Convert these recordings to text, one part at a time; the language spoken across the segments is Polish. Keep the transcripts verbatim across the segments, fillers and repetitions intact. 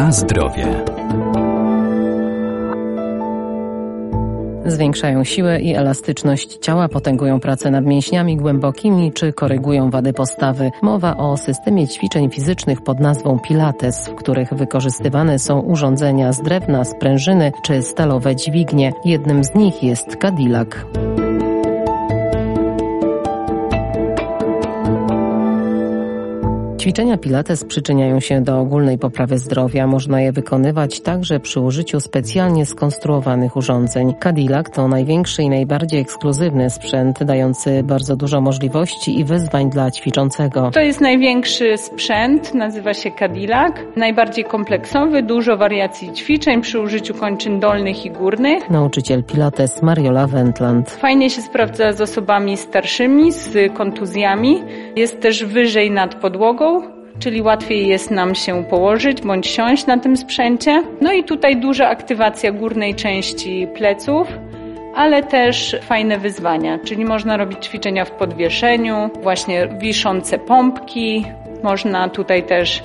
Na zdrowie. Zwiększają siłę i elastyczność ciała, potęgują pracę nad mięśniami głębokimi czy korygują wady postawy. Mowa o systemie ćwiczeń fizycznych pod nazwą Pilates, w których wykorzystywane są urządzenia z drewna, sprężyny czy stalowe dźwignie. Jednym z nich jest Cadillac. Ćwiczenia Pilates przyczyniają się do ogólnej poprawy zdrowia. Można je wykonywać także przy użyciu specjalnie skonstruowanych urządzeń. Cadillac to największy i najbardziej ekskluzywny sprzęt, dający bardzo dużo możliwości i wyzwań dla ćwiczącego. To jest największy sprzęt, nazywa się Cadillac. Najbardziej kompleksowy, dużo wariacji ćwiczeń przy użyciu kończyn dolnych i górnych. Nauczyciel Pilates Mariola Wendland. Fajnie się sprawdza z osobami starszymi, z kontuzjami. Jest też wyżej nad podłogą, czyli łatwiej jest nam się położyć bądź siąść na tym sprzęcie. No i tutaj duża aktywacja górnej części pleców, ale też fajne wyzwania, czyli można robić ćwiczenia w podwieszeniu, właśnie wiszące pompki, można tutaj też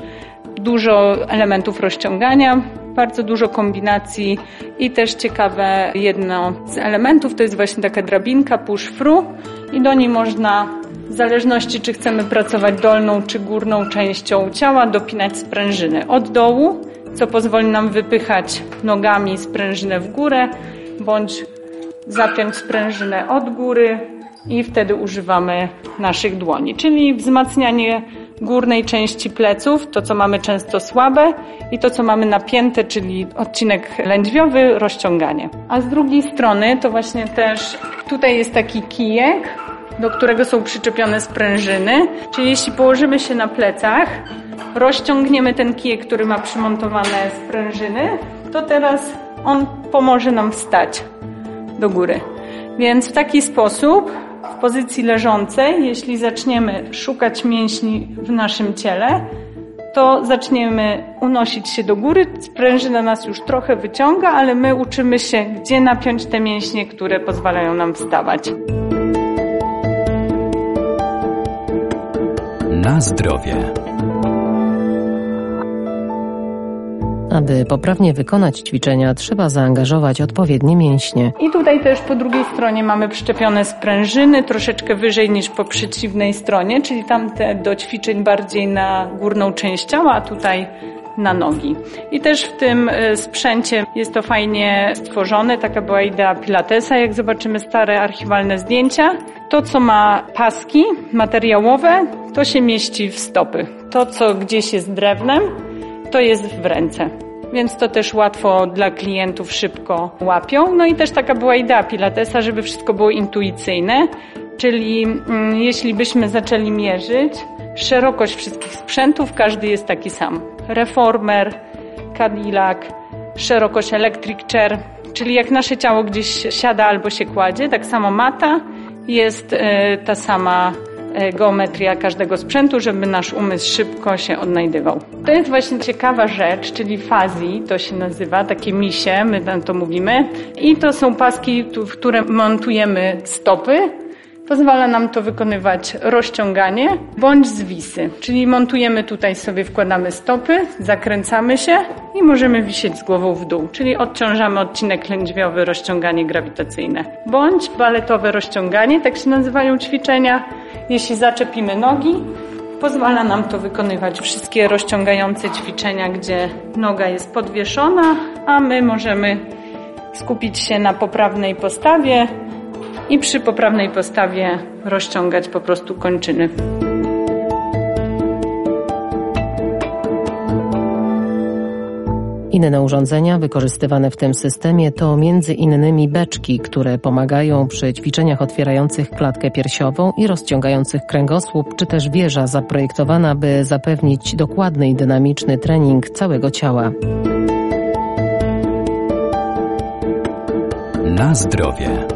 dużo elementów rozciągania, bardzo dużo kombinacji i też ciekawe jedno z elementów to jest właśnie taka drabinka push-through i do niej można w zależności czy chcemy pracować dolną czy górną częścią ciała dopinać sprężyny od dołu, co pozwoli nam wypychać nogami sprężynę w górę bądź zapiąć sprężynę od góry i wtedy używamy naszych dłoni, czyli wzmacnianie górnej części pleców, to co mamy często słabe i to co mamy napięte, czyli odcinek lędźwiowy, rozciąganie. A z drugiej strony to właśnie też tutaj jest taki kijek, do którego są przyczepione sprężyny, czyli jeśli położymy się na plecach, rozciągniemy ten kijek, który ma przymontowane sprężyny, to teraz on pomoże nam wstać do góry. Więc w taki sposób w pozycji leżącej, jeśli zaczniemy szukać mięśni w naszym ciele, to zaczniemy unosić się do góry, sprężyna nas już trochę wyciąga, ale my uczymy się, gdzie napiąć te mięśnie, które pozwalają nam wstawać. Na zdrowie. Aby poprawnie wykonać ćwiczenia, trzeba zaangażować odpowiednie mięśnie. I tutaj też po drugiej stronie mamy przyczepione sprężyny, troszeczkę wyżej niż po przeciwnej stronie, czyli tamte do ćwiczeń bardziej na górną część ciała, a tutaj na nogi. I też w tym sprzęcie jest to fajnie stworzone, taka była idea Pilatesa, jak zobaczymy stare archiwalne zdjęcia. To, co ma paski materiałowe, to się mieści w stopy. To, co gdzieś jest drewnem, to jest w ręce. Więc to też łatwo dla klientów szybko łapią. No i też taka była idea Pilatesa, żeby wszystko było intuicyjne, czyli mm, jeśli byśmy zaczęli mierzyć szerokość wszystkich sprzętów, każdy jest taki sam. Reformer, Cadillac, szerokość electric chair, czyli jak nasze ciało gdzieś siada albo się kładzie, tak samo mata jest y, ta sama geometria każdego sprzętu, żeby nasz umysł szybko się odnajdywał. To jest właśnie ciekawa rzecz, czyli fuzzy, to się nazywa, takie misie, my tam to mówimy. I to są paski, w które montujemy stopy. Pozwala nam to wykonywać rozciąganie bądź zwisy. Czyli montujemy tutaj sobie, wkładamy stopy, zakręcamy się i możemy wisieć z głową w dół. Czyli odciążamy odcinek lędźwiowy, rozciąganie grawitacyjne. Bądź baletowe rozciąganie, tak się nazywają ćwiczenia. Jeśli zaczepimy nogi, pozwala nam to wykonywać wszystkie rozciągające ćwiczenia, gdzie noga jest podwieszona, a my możemy skupić się na poprawnej postawie i przy poprawnej postawie rozciągać po prostu kończyny. Inne urządzenia wykorzystywane w tym systemie to między innymi beczki, które pomagają przy ćwiczeniach otwierających klatkę piersiową i rozciągających kręgosłup, czy też wieża zaprojektowana, by zapewnić dokładny i dynamiczny trening całego ciała. Na zdrowie.